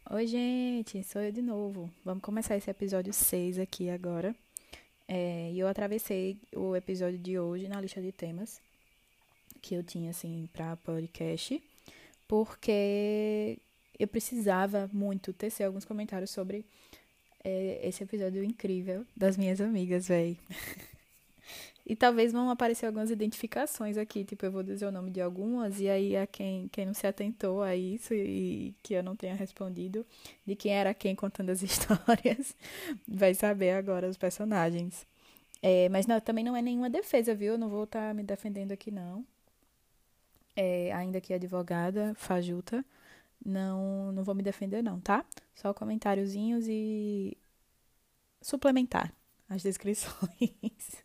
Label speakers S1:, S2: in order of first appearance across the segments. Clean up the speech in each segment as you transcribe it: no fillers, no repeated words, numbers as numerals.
S1: Oi, gente, sou eu de novo. Vamos começar esse episódio 6 aqui agora. E eu atravessei o episódio de hoje na lista de temas que eu tinha, assim, pra podcast, porque eu precisava muito tecer alguns comentários sobre esse episódio incrível das minhas amigas, véi. E talvez vão aparecer algumas identificações aqui, tipo, eu vou dizer o nome de algumas, e aí a quem não se atentou a isso e que eu não tenha respondido, de quem era quem contando as histórias, vai saber agora os personagens. Mas não, também não é nenhuma defesa, viu? Eu não vou estar me defendendo aqui, não. Ainda que advogada, fajuta, não vou me defender, não, tá? Só comentáriozinhos e suplementar as descrições.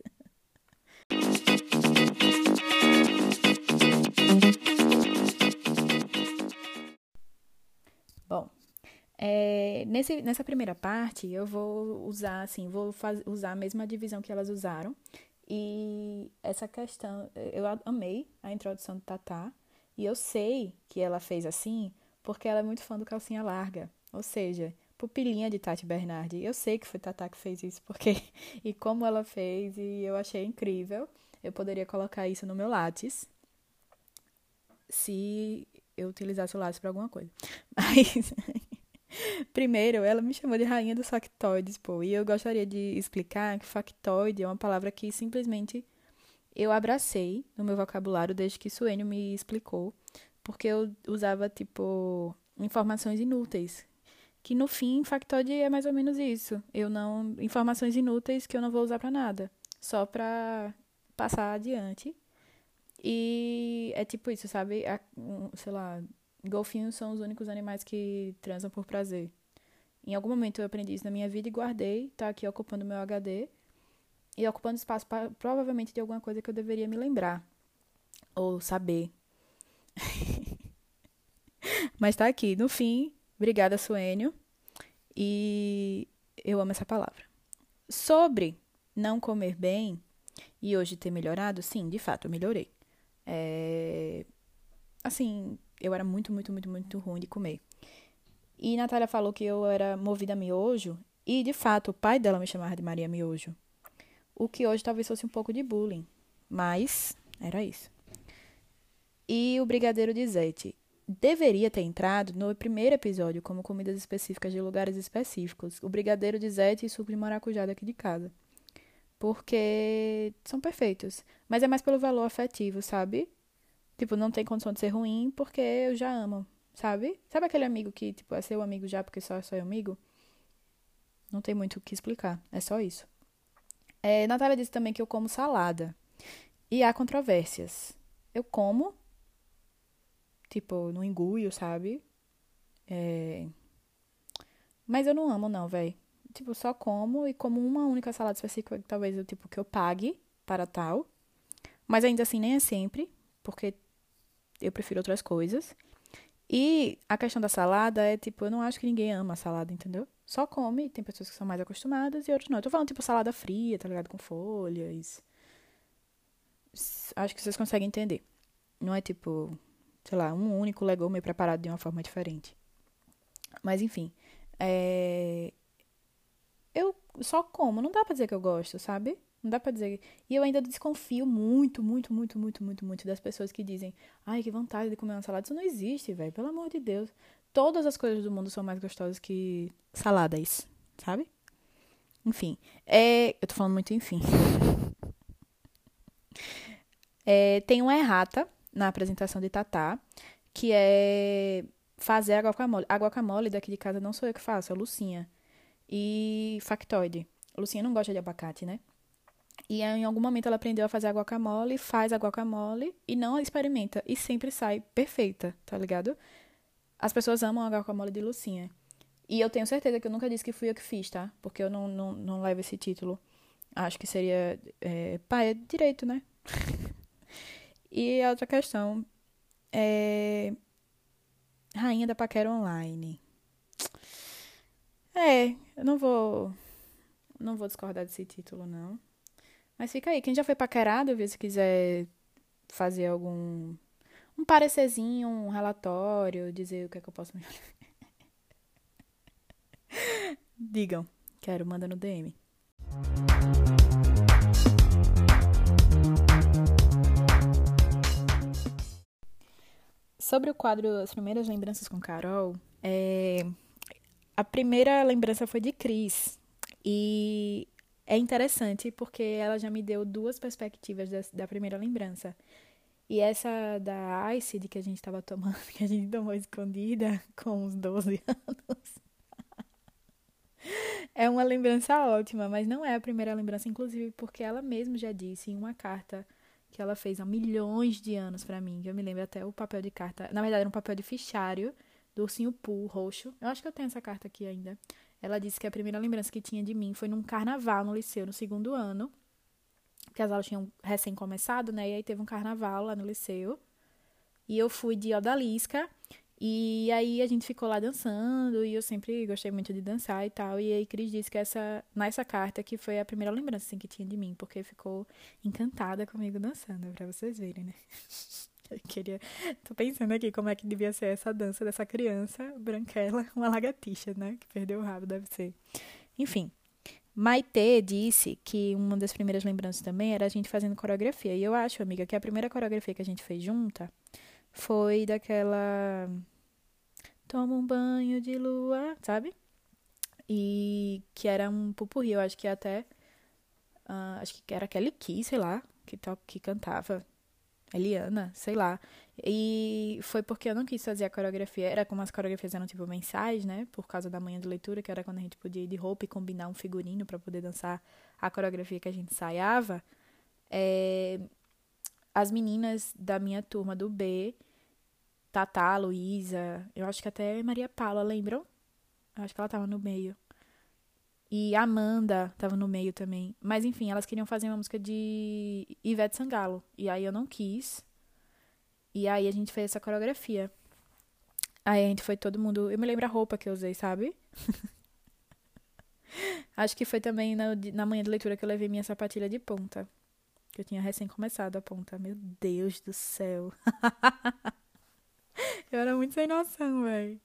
S1: Bom, nessa primeira parte, eu vou usar, assim, usar a mesma divisão que elas usaram. E essa questão, eu amei a introdução do Tatá. E eu sei que ela fez assim porque ela é muito fã do Calcinha Larga. Ou seja, pupilinha de Tati Bernardi. Eu sei que foi Tatá que fez isso, porque e como ela fez, e eu achei incrível. Eu poderia colocar isso no meu Lattes, se eu utilizasse o Lattes para alguma coisa. Mas primeiro, ela me chamou de rainha dos factoides, pô. E eu gostaria de explicar que factoide é uma palavra que simplesmente eu abracei no meu vocabulário desde que Suênio me explicou. Porque eu usava, tipo, informações inúteis. Que no fim, factoide é mais ou menos isso. Eu não. Informações inúteis que eu não vou usar pra nada. Só pra passar adiante. E é tipo isso, sabe? Sei lá, golfinhos são os únicos animais que transam por prazer. Em algum momento eu aprendi isso na minha vida e guardei, tá aqui ocupando meu HD e ocupando espaço provavelmente de alguma coisa que eu deveria me lembrar ou saber. Mas tá aqui, no fim, obrigada, Suênio, e eu amo essa palavra. Sobre não comer bem e hoje ter melhorado, sim, de fato, eu melhorei. É... Assim, eu era muito, muito, muito, muito ruim de comer. E Natália falou que eu era movida a miojo, e de fato, o pai dela me chamava de Maria Miojo. O que hoje talvez fosse um pouco de bullying. Mas era isso. E o brigadeiro de Zete deveria ter entrado no primeiro episódio como comidas específicas de lugares específicos. O brigadeiro de Zete e suco de maracujá daqui de casa. Porque são perfeitos. Mas é mais pelo valor afetivo, sabe? Tipo, não tem condição de ser ruim porque eu já amo, sabe? Sabe aquele amigo que, tipo, é seu amigo já porque só é seu amigo? Não tem muito o que explicar. É só isso. Natália disse também que eu como salada. E há controvérsias. Eu como, tipo, no enguio, sabe? É... Mas eu não amo, não, véi. Tipo, só como e como uma única salada específica, talvez eu, tipo, que eu pague para tal. Mas ainda assim, nem é sempre, porque eu prefiro outras coisas. E a questão da salada é, tipo, eu não acho que ninguém ama a salada, entendeu? Só come, tem pessoas que são mais acostumadas e outras não. Eu tô falando, tipo, salada fria, tá ligado? Com folhas. Acho que vocês conseguem entender. Não é, tipo, sei lá, um único legume preparado de uma forma diferente. Mas enfim, é... eu só como, não dá pra dizer que eu gosto, sabe? Não dá pra dizer. E eu ainda desconfio muito, muito, muito, muito, muito, muito das pessoas que dizem: ai, que vontade de comer uma salada. Isso não existe, velho, pelo amor de Deus. Todas as coisas do mundo são mais gostosas que saladas, sabe? Enfim, eu tô falando muito enfim. Tem uma errata na apresentação de Tatá, que é fazer a guacamole. A guacamole daqui de casa não sou eu que faço, é a Lucinha. E factoide. A Lucinha não gosta de abacate, né? E em algum momento ela aprendeu a fazer a guacamole, faz a guacamole e não experimenta. E sempre sai perfeita, tá ligado? As pessoas amam a guacamole de Lucinha. E eu tenho certeza que eu nunca disse que fui eu que fiz, tá? Porque eu não levo esse título. Acho que seria. Pá, é direito, né? E a outra questão é. Rainha da Paquera Online. Eu não vou. Não vou discordar desse título, não. Mas fica aí. Quem já foi paquerado, vê se quiser fazer algum. Um parecerzinho, um relatório, dizer o que é que eu posso melhorar. Digam. Quero, manda no DM. Sobre o quadro As Primeiras Lembranças com Carol, a primeira lembrança foi de Cris. E é interessante porque ela já me deu duas perspectivas da primeira lembrança. E essa da Ice, de que a gente estava tomando, que a gente tomou escondida com uns 12 anos, é uma lembrança ótima, mas não é a primeira lembrança, inclusive porque ela mesma já disse em uma carta que ela fez há milhões de anos pra mim, que eu me lembro até o papel de carta, na verdade era um papel de fichário do ursinho Pooh roxo. Eu acho que eu tenho essa carta aqui ainda. Ela disse que a primeira lembrança que tinha de mim foi num carnaval no liceu, no segundo ano, porque as aulas tinham recém começado, né? E aí teve um carnaval lá no liceu. E eu fui de odalisca. E aí a gente ficou lá dançando. E eu sempre gostei muito de dançar e tal. E aí Cris disse que nessa carta que foi a primeira lembrança assim, que tinha de mim. Porque ficou encantada comigo dançando, pra vocês verem, né? Eu queria... Tô pensando aqui como é que devia ser essa dança dessa criança branquela, uma lagartixa, né? Que perdeu o rabo, deve ser. Enfim. Maitê disse que uma das primeiras lembranças também era a gente fazendo coreografia. E eu acho, amiga, que a primeira coreografia que a gente fez junta foi daquela Toma um banho de lua, sabe? E que era um pupurri, eu acho que até acho que era Kelly Key, sei lá, que cantava. Eliana, sei lá. E foi porque eu não quis fazer a coreografia. Era como as coreografias eram tipo mensais, né? Por causa da manhã de leitura, que era quando a gente podia ir de roupa e combinar um figurino pra poder dançar a coreografia que a gente ensaiava. As meninas da minha turma do B, Tatá, Luísa, eu acho que até Maria Paula, lembram? Eu acho que ela tava no meio. E a Amanda tava no meio também. Mas enfim, elas queriam fazer uma música de Ivete Sangalo. E aí eu não quis. E aí a gente fez essa coreografia. Aí a gente foi todo mundo. Eu me lembro a roupa que eu usei, sabe? Acho que foi também na manhã de leitura que eu levei minha sapatilha de ponta. Que eu tinha recém começado a ponta. Meu Deus do céu. Eu era muito sem noção, velho.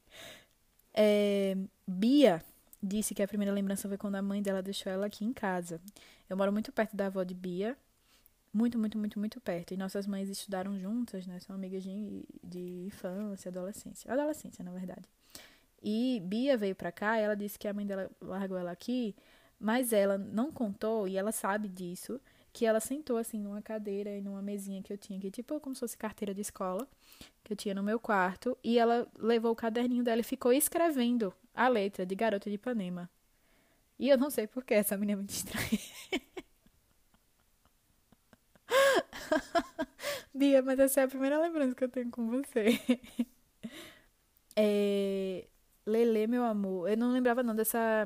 S1: Bia disse que a primeira lembrança foi quando a mãe dela deixou ela aqui em casa. Eu moro muito perto da avó de Bia. Muito, muito, muito, muito perto. E nossas mães estudaram juntas, né? São amigas de infância, adolescência. Adolescência, na verdade. E Bia veio pra cá e ela disse que a mãe dela largou ela aqui, mas ela não contou, e ela sabe disso, que ela sentou assim numa cadeira e numa mesinha que eu tinha aqui, tipo como se fosse carteira de escola, que eu tinha no meu quarto, e ela levou o caderninho dela e ficou escrevendo a letra de Garota de Ipanema. E eu não sei por que essa menina é muito estranha. Bia, mas essa é a primeira lembrança que eu tenho com você. Lelê, meu amor, eu não lembrava não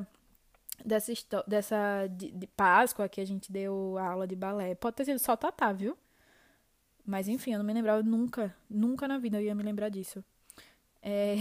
S1: dessa de Páscoa que a gente deu a aula de balé. Pode ter sido só Tatá, viu? Mas enfim, eu não me lembrava nunca, nunca na vida eu ia me lembrar disso. É...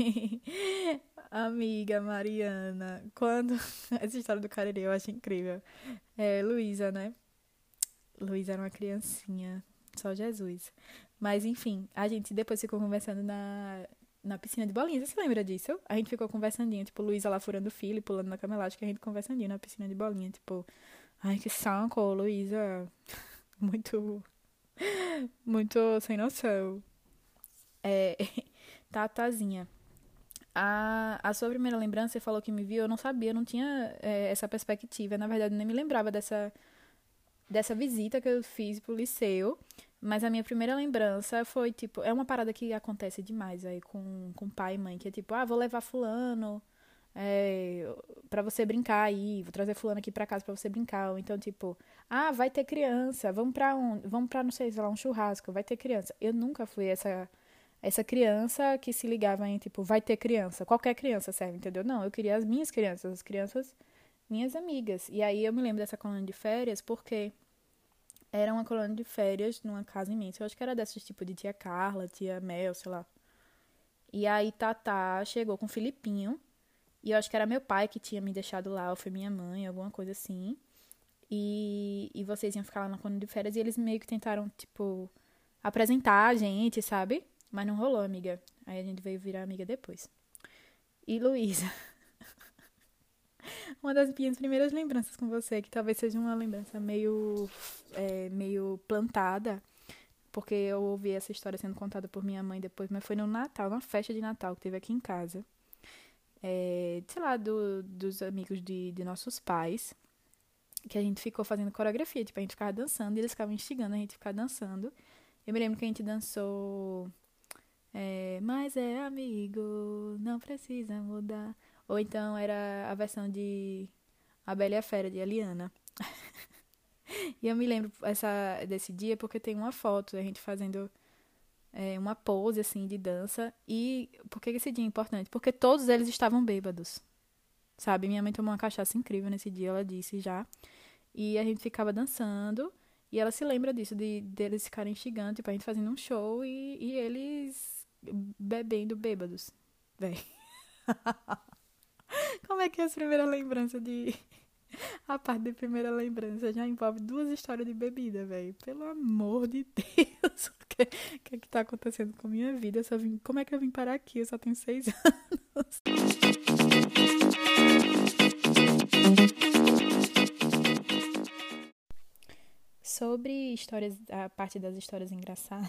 S1: Amiga Mariana, quando... Essa história do Cariri eu acho incrível. Luísa, né? Luísa era uma criancinha, só Jesus. Mas enfim, a gente depois ficou conversando na piscina de bolinhas. Você se lembra disso? A gente ficou conversandinho, tipo, Luísa lá furando fila e pulando na cama elástica, a gente conversandinho na piscina de bolinha, tipo, ai que saco, Luísa, muito, muito sem noção. É, Tatazinha. A sua primeira lembrança, você falou que me viu, eu não sabia, eu não tinha essa perspectiva. Na verdade, eu nem me lembrava dessa visita que eu fiz pro liceu. Mas a minha primeira lembrança foi, tipo, é uma parada que acontece demais aí com pai e mãe, que é tipo, vou levar fulano pra você brincar aí, vou trazer fulano aqui pra casa pra você brincar. Ou então, tipo, vai ter criança, vamos pra onde? Vamos pra, não sei, sei lá, um churrasco, vai ter criança. Eu nunca fui essa criança que se ligava em, tipo, vai ter criança. Qualquer criança serve, entendeu? Não, eu queria as minhas crianças, as crianças, minhas amigas. E aí eu me lembro dessa colônia de férias porque era uma colônia de férias numa casa imensa. Eu acho que era dessas tipo de tia Carla, tia Mel, sei lá. E aí Tatá chegou com o Filipinho. E eu acho que era meu pai que tinha me deixado lá, ou foi minha mãe, alguma coisa assim. E vocês iam ficar lá na colônia de férias e eles meio que tentaram, tipo, apresentar a gente, sabe? Mas não rolou, amiga. Aí a gente veio virar amiga depois. E Luísa. Uma das minhas primeiras lembranças com você, que talvez seja uma lembrança meio plantada, porque eu ouvi essa história sendo contada por minha mãe depois, mas foi no Natal, numa festa de Natal que teve aqui em casa. Sei lá, dos amigos de nossos pais, que a gente ficou fazendo coreografia, tipo, a gente ficava dançando e eles ficavam instigando a gente ficar dançando. Eu me lembro que a gente dançou Mas é amigo, não precisa mudar. Ou então era a versão de A Bela e a Fera, de Eliana. E eu me lembro desse dia porque tem uma foto da gente fazendo uma pose, assim, de dança. E por que esse dia é importante? Porque todos eles estavam bêbados, sabe? Minha mãe tomou uma cachaça incrível nesse dia, ela disse já. E a gente ficava dançando. E ela se lembra disso, deles ficarem instigando, tipo, a gente fazendo um show e eles bebendo bêbados. Véi. Como é que é as primeiras lembranças de... A parte de primeira lembrança já envolve duas histórias de bebida, velho. Pelo amor de Deus. O que é que tá acontecendo com a minha vida? Como é que eu vim parar aqui? Eu só tenho 6 anos. Sobre a parte das histórias engraçadas,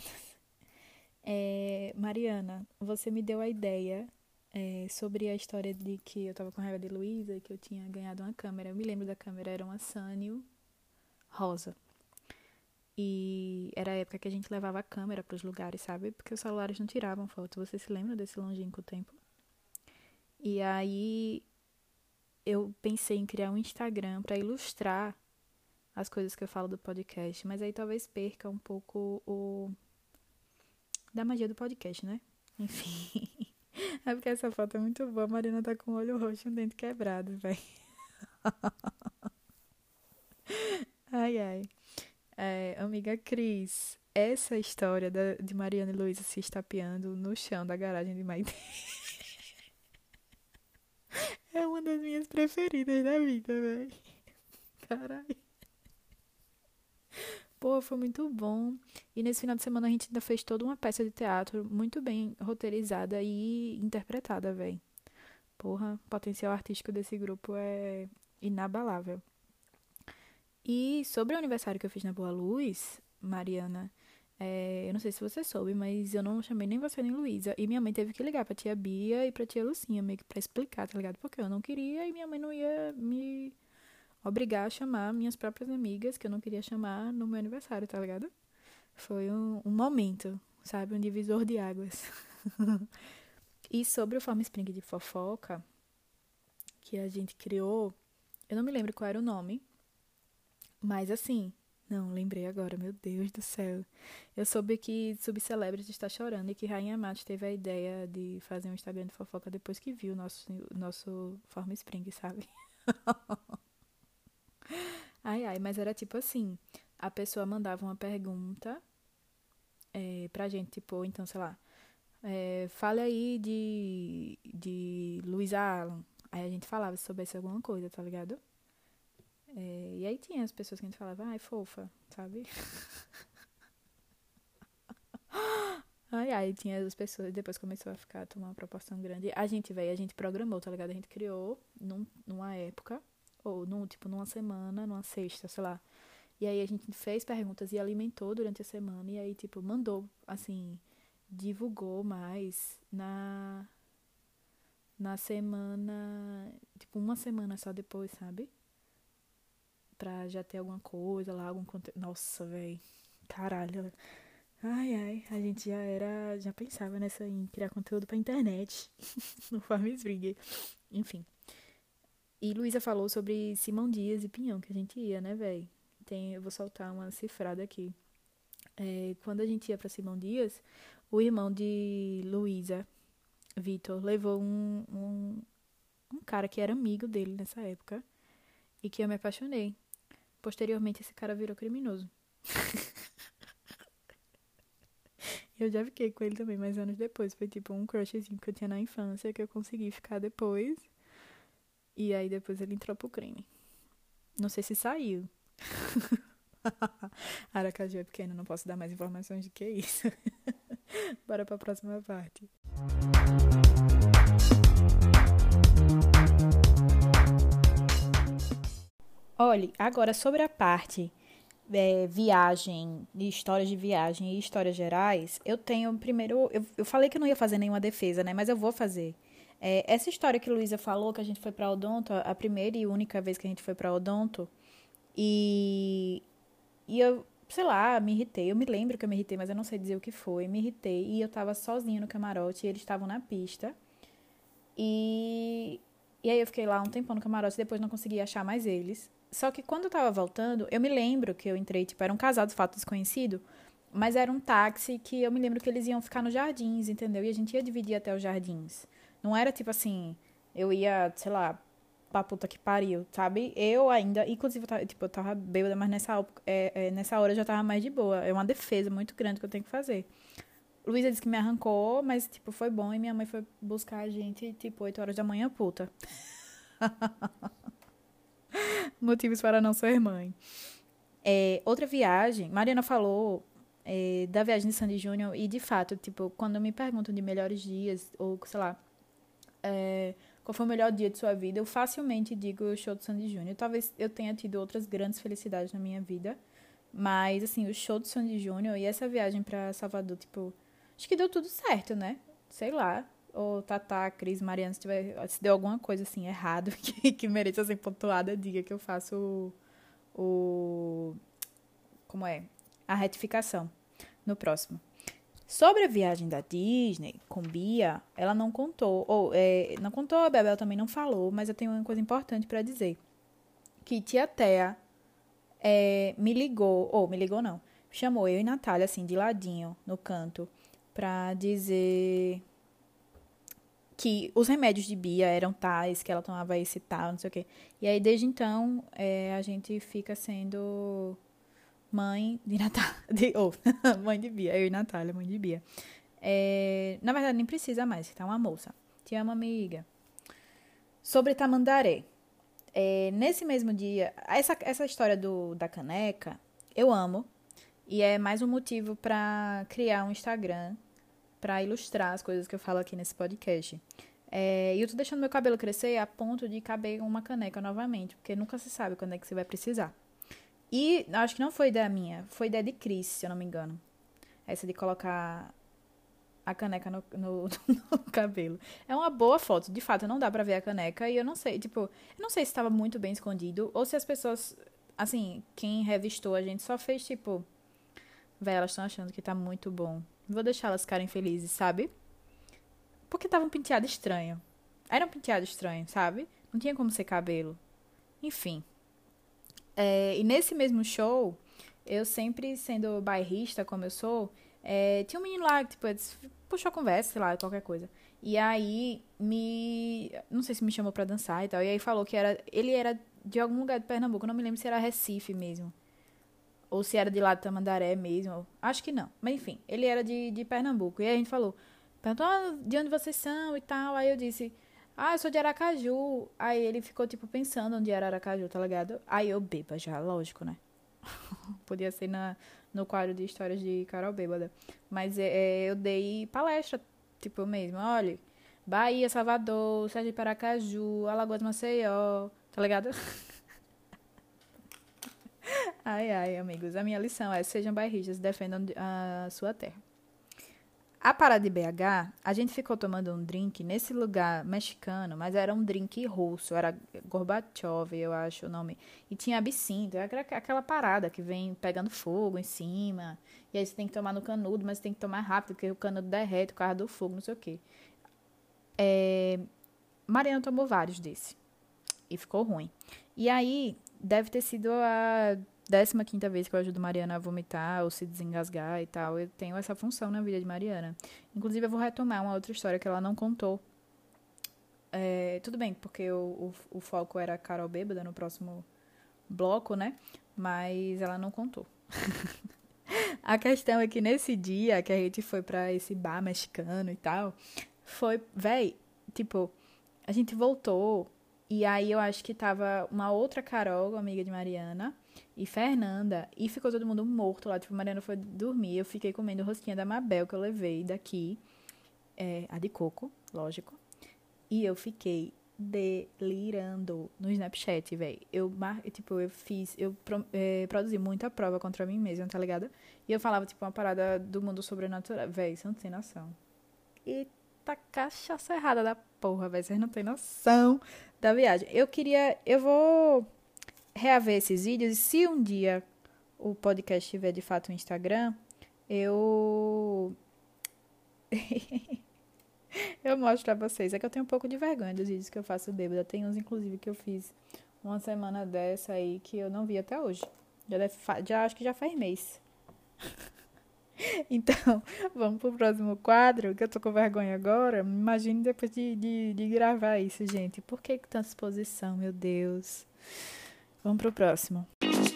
S1: Mariana, você me deu a ideia sobre a história de que eu tava com raiva de Luísa e que eu tinha ganhado uma câmera. Eu me lembro da câmera, era uma Sanyo rosa. E era a época que a gente levava a câmera pros lugares, sabe? Porque os celulares não tiravam foto. Você se lembra desse longínquo tempo? E aí eu pensei em criar um Instagram pra ilustrar as coisas que eu falo do podcast, mas aí talvez perca um pouco da magia do podcast, né? Enfim. É porque essa foto é muito boa. A Marina tá com o olho roxo e um dente quebrado, velho. Ai, ai. Amiga Cris, essa história de Mariana e Luísa se estapeando no chão da garagem de Maite é uma das minhas preferidas da vida, velho. Caralho. Pô, foi muito bom. E nesse final de semana a gente ainda fez toda uma peça de teatro muito bem roteirizada e interpretada, velho. Porra, o potencial artístico desse grupo é inabalável. E sobre o aniversário que eu fiz na Boa Luz, Mariana, eu não sei se você soube, mas eu não chamei nem você nem Luísa. E minha mãe teve que ligar pra tia Bia e pra tia Lucinha, meio que pra explicar, tá ligado? Porque eu não queria e minha mãe não ia me obrigar a chamar minhas próprias amigas, que eu não queria chamar no meu aniversário, tá ligado? Foi um momento, sabe? Um divisor de águas. E sobre o Forma Spring de fofoca, que a gente criou, eu não me lembro qual era o nome, mas assim, não, lembrei agora, meu Deus do céu. Eu soube que Subcelebrity está chorando e que Rainha Matos teve a ideia de fazer um Instagram de fofoca depois que viu o nosso Forma Spring, sabe? Ai, ai, mas era tipo assim, a pessoa mandava uma pergunta pra gente, tipo, então, sei lá, fale aí de Luísa Allan. Aí a gente falava se soubesse alguma coisa, tá ligado? E aí tinha as pessoas que a gente falava, ai, fofa, sabe? Ai, ai, tinha as pessoas, depois começou a tomar uma proporção grande. A gente programou, tá ligado? A gente criou numa época, ou numa semana, numa sexta, sei lá. E aí a gente fez perguntas e alimentou durante a semana. E aí, tipo, mandou, assim, divulgou mais na semana, tipo, uma semana só depois, sabe? Pra já ter alguma coisa lá, algum conteúdo. Nossa, velho. Caralho. Ai, ai. A gente já pensava em criar conteúdo pra internet. No Farm Spring. Enfim. E Luísa falou sobre Simão Dias e Pinhão, que a gente ia, né, velho? Eu vou soltar uma cifrada aqui. Quando a gente ia pra Simão Dias, o irmão de Luísa, Vitor, levou um cara que era amigo dele nessa época e que eu me apaixonei. Posteriormente, esse cara virou criminoso. Eu já fiquei com ele também, mas anos depois. Foi tipo um crushzinho que eu tinha na infância, que eu consegui ficar depois. E aí depois ele entrou pro crime. Não sei se saiu. Aracaju é pequeno, não posso dar mais informações do que isso. Bora pra próxima parte. Olhe, agora sobre a parte viagem, de histórias de viagem e histórias gerais, eu tenho primeiro. Eu falei que eu não ia fazer nenhuma defesa, né? Mas eu vou fazer. Essa história que Luísa falou, que a gente foi pra Odonto, a primeira e única vez que a gente foi pra Odonto, e, e eu, sei lá, me irritei. Eu me lembro que eu me irritei, mas eu não sei dizer o que foi. Me irritei e eu tava sozinha no camarote e eles estavam na pista. E, e aí eu fiquei lá um tempão no camarote, depois não consegui achar mais eles. Só que quando eu tava voltando, eu me lembro que eu entrei, tipo, era um casal de fato desconhecido, mas era um táxi que eu me lembro que eles iam ficar nos jardins, entendeu? E a gente ia dividir até os jardins. Não era tipo assim, eu ia, sei lá, pra puta que pariu, sabe? Eu ainda, inclusive, eu tava bêbada, mas nessa hora eu já tava mais de boa. É uma defesa muito grande que eu tenho que fazer. Luísa disse que me arrancou, mas, tipo, foi bom. E minha mãe foi buscar a gente, tipo, 8 horas da manhã, puta. Motivos para não ser mãe. Outra viagem, Mariana falou da viagem de Sandy Júnior. E, de fato, tipo, quando me perguntam de melhores dias, ou, sei lá, qual foi o melhor dia de sua vida, eu facilmente digo o show do Sandy Júnior. Talvez eu tenha tido outras grandes felicidades na minha vida. Mas, assim, o show do Sandy Júnior e essa viagem pra Salvador, tipo, acho que deu tudo certo, né? Sei lá. Ou Tatá, Cris, Mariana, se deu alguma coisa assim errado que mereça ser pontuada, diga que eu faço o como é? A retificação no próximo. Sobre a viagem da Disney com Bia, ela não contou, não contou, a Bebel também não falou, mas eu tenho uma coisa importante pra dizer. Que tia Thea me ligou, ou me ligou não, chamou eu e Natália, assim, de ladinho, no canto, pra dizer que os remédios de Bia eram tais, que ela tomava esse tal, não sei o quê. E aí, desde então, a gente fica sendo mãe de Natália, mãe de Bia, eu e Natália, mãe de Bia. Na verdade, nem precisa mais, que tá uma moça. Te amo, amiga. Sobre Tamandaré. Nesse mesmo dia, essa história da caneca, eu amo. E é mais um motivo pra criar um Instagram pra ilustrar as coisas que eu falo aqui nesse podcast. E eu tô deixando meu cabelo crescer a ponto de caber uma caneca novamente, porque nunca se sabe quando é que você vai precisar. E acho que não foi ideia minha, foi ideia de Cris, se eu não me engano. Essa de colocar a caneca no cabelo. É uma boa foto, de fato, não dá pra ver a caneca e eu não sei, tipo, eu não sei se estava muito bem escondido ou se as pessoas, assim, quem revistou a gente só fez, tipo, véi, elas estão achando que tá muito bom. Vou deixar elas ficarem felizes, sabe? Porque tava um penteado estranho. Era um penteado estranho, sabe? Não tinha como ser cabelo. Enfim. E nesse mesmo show, eu sempre sendo bairrista, como eu sou, tinha um menino lá que, tipo, puxou a conversa, sei lá, qualquer coisa. E aí, não sei se me chamou pra dançar e tal. E aí falou que ele era de algum lugar de Pernambuco. Eu não me lembro se era Recife mesmo. Ou se era de lá de Tamandaré mesmo. Acho que não. Mas enfim, ele era de Pernambuco. E aí a gente perguntou, de onde vocês são e tal. Aí eu disse, eu sou de Aracaju. Aí ele ficou, tipo, pensando onde era Aracaju, tá ligado? Aí eu beba já, lógico, né? Podia ser no quadro de histórias de Carol Bêbada. Mas eu dei palestra, tipo, mesmo. Olha, Bahia, Salvador, Sergipe, Aracaju, Alagoas, Maceió, tá ligado? Ai, ai, amigos. A minha lição é: sejam bairristas, defendam a sua terra. A parada de BH, a gente ficou tomando um drink nesse lugar mexicano, mas era um drink russo, era Gorbachev, eu acho o nome. E tinha absinto, era aquela parada que vem pegando fogo em cima. E aí você tem que tomar no canudo, mas você tem que tomar rápido, porque o canudo derrete por causa do fogo, não sei o quê. Mariana tomou vários desse. E ficou ruim. E aí, deve ter sido a 15ª vez que eu ajudo Mariana a vomitar ou se desengasgar e tal. Eu tenho essa função na vida de Mariana. Inclusive, eu vou retomar uma outra história que ela não contou. Tudo bem, porque o foco era a Carol Bêbada no próximo bloco, né? Mas ela não contou. A questão é que nesse dia que a gente foi pra esse bar mexicano e tal, foi, véi, tipo, a gente voltou e aí eu acho que tava uma outra Carol, amiga de Mariana, e Fernanda, e ficou todo mundo morto lá. Tipo, Mariana foi dormir, eu fiquei comendo rosquinha da Mabel que eu levei daqui, a de coco, lógico. E eu fiquei delirando no Snapchat, velho. Produzi muita prova contra mim mesma, tá ligado? E eu falava, tipo, uma parada do mundo sobrenatural. Véi, você não tem noção. Eita cachaça errada da porra, velho. Vocês não tem noção da viagem. Eu vou reaver esses vídeos e se um dia o podcast tiver de fato um Instagram, eu eu mostro pra vocês. É que eu tenho um pouco de vergonha dos vídeos que eu faço bêbada. Tem uns, inclusive, que eu fiz uma semana dessa aí que eu não vi até hoje. Já acho que já faz mês. Então, vamos pro próximo quadro, que eu tô com vergonha agora. Imagine depois de gravar isso, gente. Por que tanta exposição, meu Deus? Vamos pro próximo.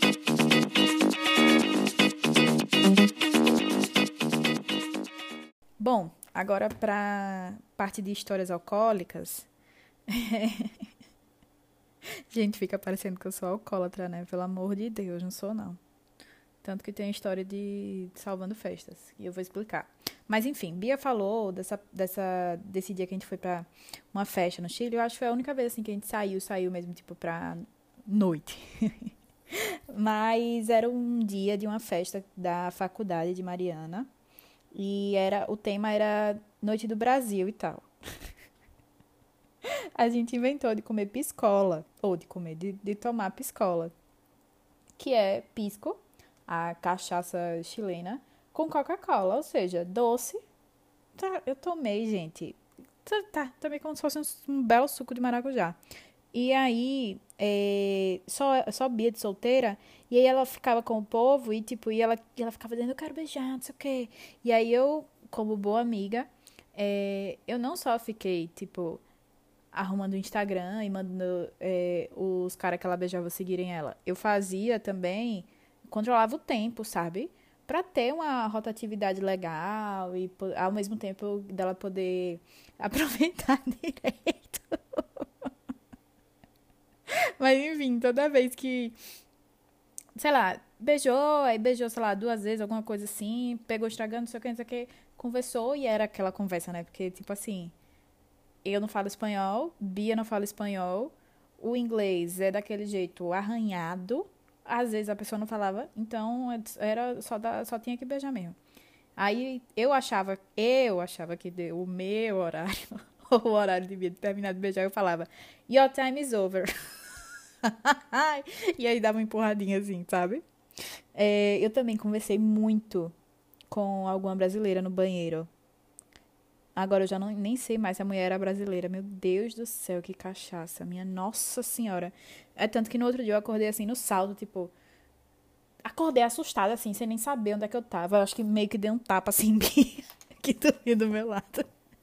S1: Bom, agora pra parte de histórias alcoólicas. Gente, fica parecendo que eu sou alcoólatra, né? Pelo amor de Deus, não sou não. Tanto que tem a história de Salvando Festas. E eu vou explicar. Mas enfim, Bia falou desse dia que a gente foi pra uma festa no Chile. Eu acho que foi a única vez assim que a gente saiu mesmo, tipo, pra noite. Mas era um dia de uma festa da faculdade de Mariana. E o tema era Noite do Brasil e tal. A gente inventou de comer piscola. Ou de tomar piscola. Que é pisco, a cachaça chilena, com Coca-Cola, ou seja, doce. Tá, eu tomei, gente. Tomei como se fosse um belo suco de maracujá. E aí, só Bia de solteira, e aí ela ficava com o povo, e tipo, ela ficava dizendo, eu quero beijar, não sei o quê. E aí eu, como boa amiga, eu não só fiquei, tipo, arrumando o Instagram e mandando os caras que ela beijava seguirem ela. Eu fazia também, controlava o tempo, sabe? Pra ter uma rotatividade legal e ao mesmo tempo dela poder aproveitar direito. Mas enfim, toda vez que, sei lá, beijou, sei lá, 2 vezes, alguma coisa assim, pegou estragando, não sei o que, conversou e era aquela conversa, né? Porque, tipo assim, eu não falo espanhol, Bia não fala espanhol, o inglês é daquele jeito arranhado, às vezes a pessoa não falava, então era só tinha que beijar mesmo. Aí eu achava que deu o meu horário, o horário de Bia terminar de beijar, eu falava, your time is over. E aí dava uma empurradinha assim, sabe? Eu também conversei muito com alguma brasileira no banheiro. Agora eu já nem sei mais se a mulher era brasileira. Meu Deus do céu, que cachaça. Minha Nossa Senhora. É tanto que no outro dia eu acordei assim no salto, tipo. Acordei assustada, assim, sem nem saber onde é que eu tava. Eu acho que meio que dei um tapa assim, que dormia do meu lado.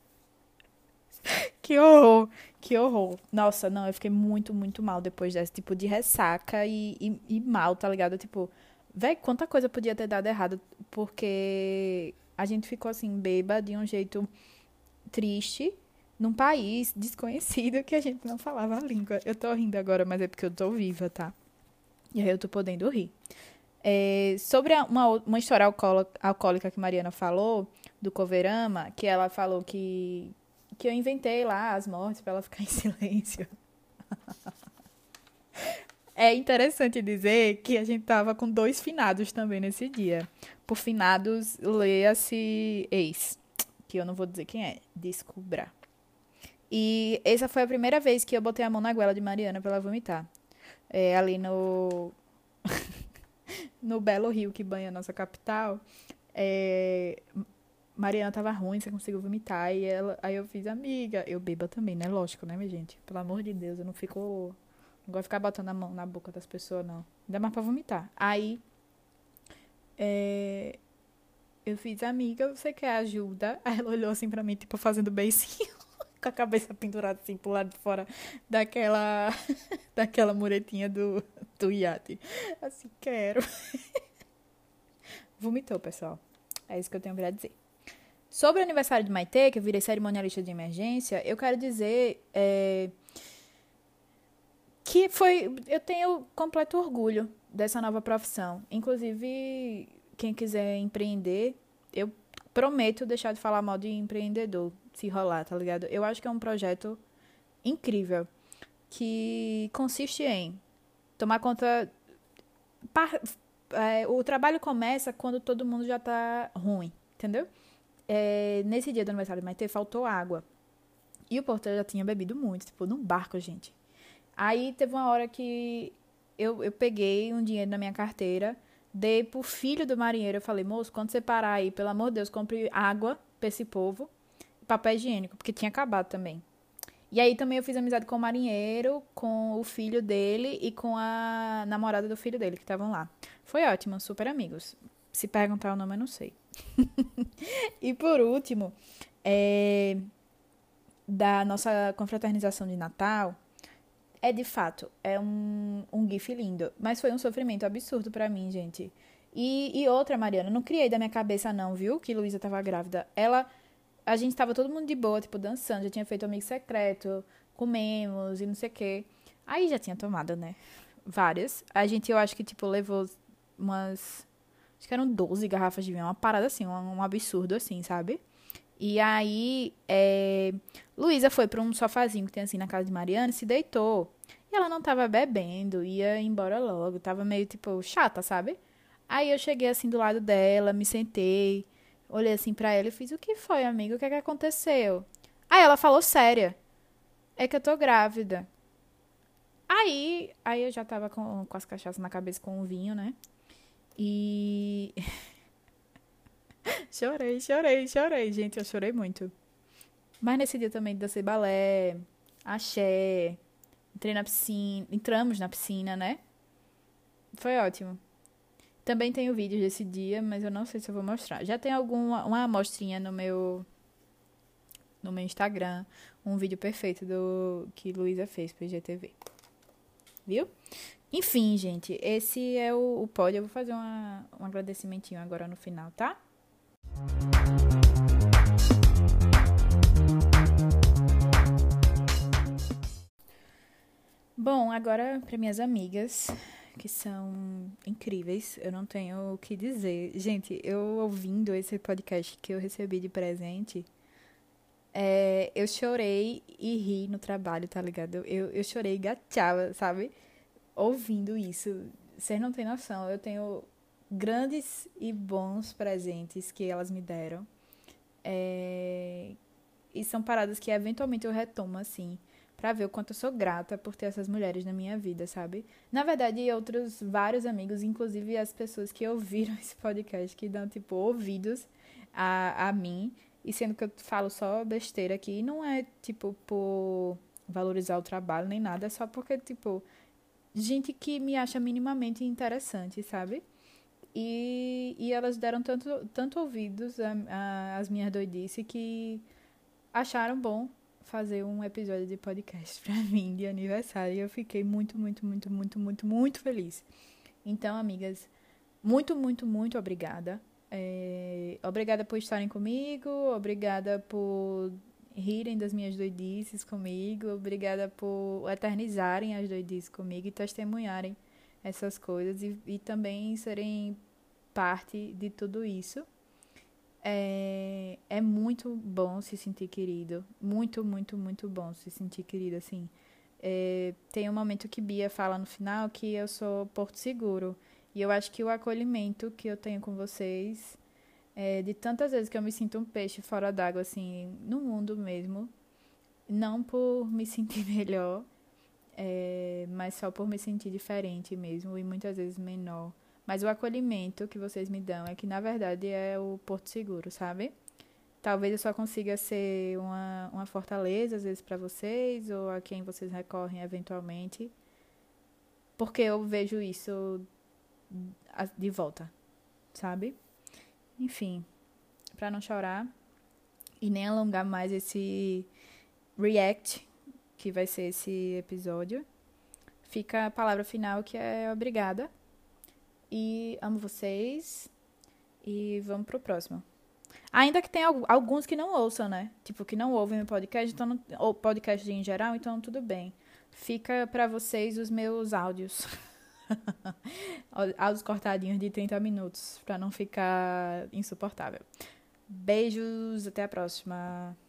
S1: Que horror, que horror. Nossa, não, eu fiquei muito, muito mal depois desse tipo de ressaca e mal, tá ligado? Tipo, véi, quanta coisa podia ter dado errado, porque a gente ficou assim, bêbada de um jeito triste, num país desconhecido que a gente não falava a língua. Eu tô rindo agora, mas é porque eu tô viva, tá? E aí eu tô podendo rir. Sobre uma história alcoólica que Mariana falou, do Coverama, que ela falou que eu inventei lá as mortes pra ela ficar em silêncio. É interessante dizer que a gente tava com 2 finados também nesse dia. Por finados, leia-se ex, que eu não vou dizer quem é, descubra. E essa foi a primeira vez que eu botei a mão na goela de Mariana pra ela vomitar. Ali no Belo Rio, que banha a nossa capital, Mariana tava ruim, você conseguiu vomitar. Aí eu fiz, amiga. Eu beba também, né? Lógico, né, minha gente? Pelo amor de Deus, eu não fico. Não gosto de ficar botando a mão na boca das pessoas, não. Ainda mais pra vomitar. Aí, eu fiz, amiga, você quer ajuda? Aí ela olhou assim pra mim, tipo, fazendo beicinho, com a cabeça pendurada assim pro lado de fora daquela, daquela muretinha do iate. Assim, quero. Vomitou, pessoal. É isso que eu tenho pra dizer. Sobre o aniversário de Maitê, que eu virei cerimonialista de emergência, eu quero dizer que eu tenho completo orgulho dessa nova profissão. Inclusive, quem quiser empreender, eu prometo deixar de falar mal de empreendedor, se rolar, tá ligado? Eu acho que é um projeto incrível, que consiste em tomar conta. O trabalho começa quando todo mundo já tá ruim, entendeu? Nesse dia do aniversário do Maitê, faltou água. E o porteiro já tinha bebido muito, tipo, num barco, gente. Aí teve uma hora que eu peguei um dinheiro na minha carteira, dei pro filho do marinheiro, eu falei, moço, quando você parar aí, pelo amor de Deus, compre água pra esse povo e papel higiênico, porque tinha acabado também. E aí também eu fiz amizade com o marinheiro, com o filho dele e com a namorada do filho dele, que estavam lá. Foi ótimo, super amigos. Se perguntar o nome, eu não sei. E por último, da nossa confraternização de Natal, de fato, é um gif lindo. Mas foi um sofrimento absurdo pra mim, gente. E outra, Mariana, não criei da minha cabeça não, viu? Que Luísa tava grávida. A gente tava todo mundo de boa, tipo, dançando. Já tinha feito amigo secreto, comemos e não sei o quê. Aí já tinha tomado, né? Várias. Eu acho que, tipo, levou umas... Acho que eram 12 garrafas de vinho. Uma parada assim, um absurdo assim, sabe? E aí, Luísa foi pra um sofazinho que tem assim na casa de Mariana e se deitou. E ela não tava bebendo, ia embora logo. Tava meio, tipo, chata, sabe? Aí eu cheguei assim do lado dela, me sentei, olhei assim pra ela e fiz, o que foi, amiga? O que é que aconteceu? Aí ela falou séria, é que eu tô grávida. Aí eu já tava com as cachaças na cabeça com o vinho, né? E chorei, gente, eu chorei muito. Mas nesse dia também dancei balé, axé, entrei na piscina, entramos na piscina, né? Foi ótimo. Também tenho vídeos desse dia, mas eu não sei se eu vou mostrar. Já tem uma amostrinha no meu Instagram, um vídeo perfeito do que Luísa fez pro IGTV. Viu? Enfim, gente, esse é o pod. Eu vou fazer um agradecimentinho agora no final, tá? Bom, agora para minhas amigas, que são incríveis, eu não tenho o que dizer. Gente, eu ouvindo esse podcast que eu recebi de presente, eu chorei e ri no trabalho, tá ligado? Eu chorei e gateava, sabe? Ouvindo isso. Vocês não têm noção, eu tenho grandes e bons presentes que elas me deram. E são paradas que eventualmente eu retomo, assim, pra ver o quanto eu sou grata por ter essas mulheres na minha vida, sabe? Na verdade, outros vários amigos, inclusive as pessoas que ouviram esse podcast, que dão, tipo, ouvidos a mim, e sendo que eu falo só besteira aqui, não é, tipo, por valorizar o trabalho nem nada, é só porque, tipo, gente que me acha minimamente interessante, sabe? E elas deram tanto ouvidos às minhas doidices que acharam bom fazer um episódio de podcast pra mim de aniversário. E eu fiquei muito, muito, muito, muito, muito, muito feliz. Então, amigas, muito, muito, muito obrigada. Obrigada por estarem comigo. Obrigada por rirem das minhas doidices comigo. Obrigada por eternizarem as doidices comigo e testemunharem essas coisas. E também serem parte de tudo isso. É muito bom se sentir querido. Muito, muito, muito bom se sentir querido, assim. Tem um momento que Bia fala no final que eu sou Porto Seguro. E eu acho que o acolhimento que eu tenho com vocês, de tantas vezes que eu me sinto um peixe fora d'água, assim, no mundo mesmo, não por me sentir melhor, mas só por me sentir diferente mesmo e muitas vezes menor. Mas o acolhimento que vocês me dão é que, na verdade, é o Porto Seguro, sabe? Talvez eu só consiga ser uma fortaleza, às vezes, para vocês, ou a quem vocês recorrem eventualmente, porque eu vejo isso de volta, sabe? Enfim, para não chorar e nem alongar mais esse react, que vai ser esse episódio, fica a palavra final, que é obrigada. E amo vocês. E vamos pro próximo. Ainda que tenha alguns que não ouçam, né? Tipo, que não ouvem o podcast, então ou podcast em geral, então tudo bem. Fica pra vocês os meus áudios. Áudios cortadinhos de 30 minutos, pra não ficar insuportável. Beijos, até a próxima.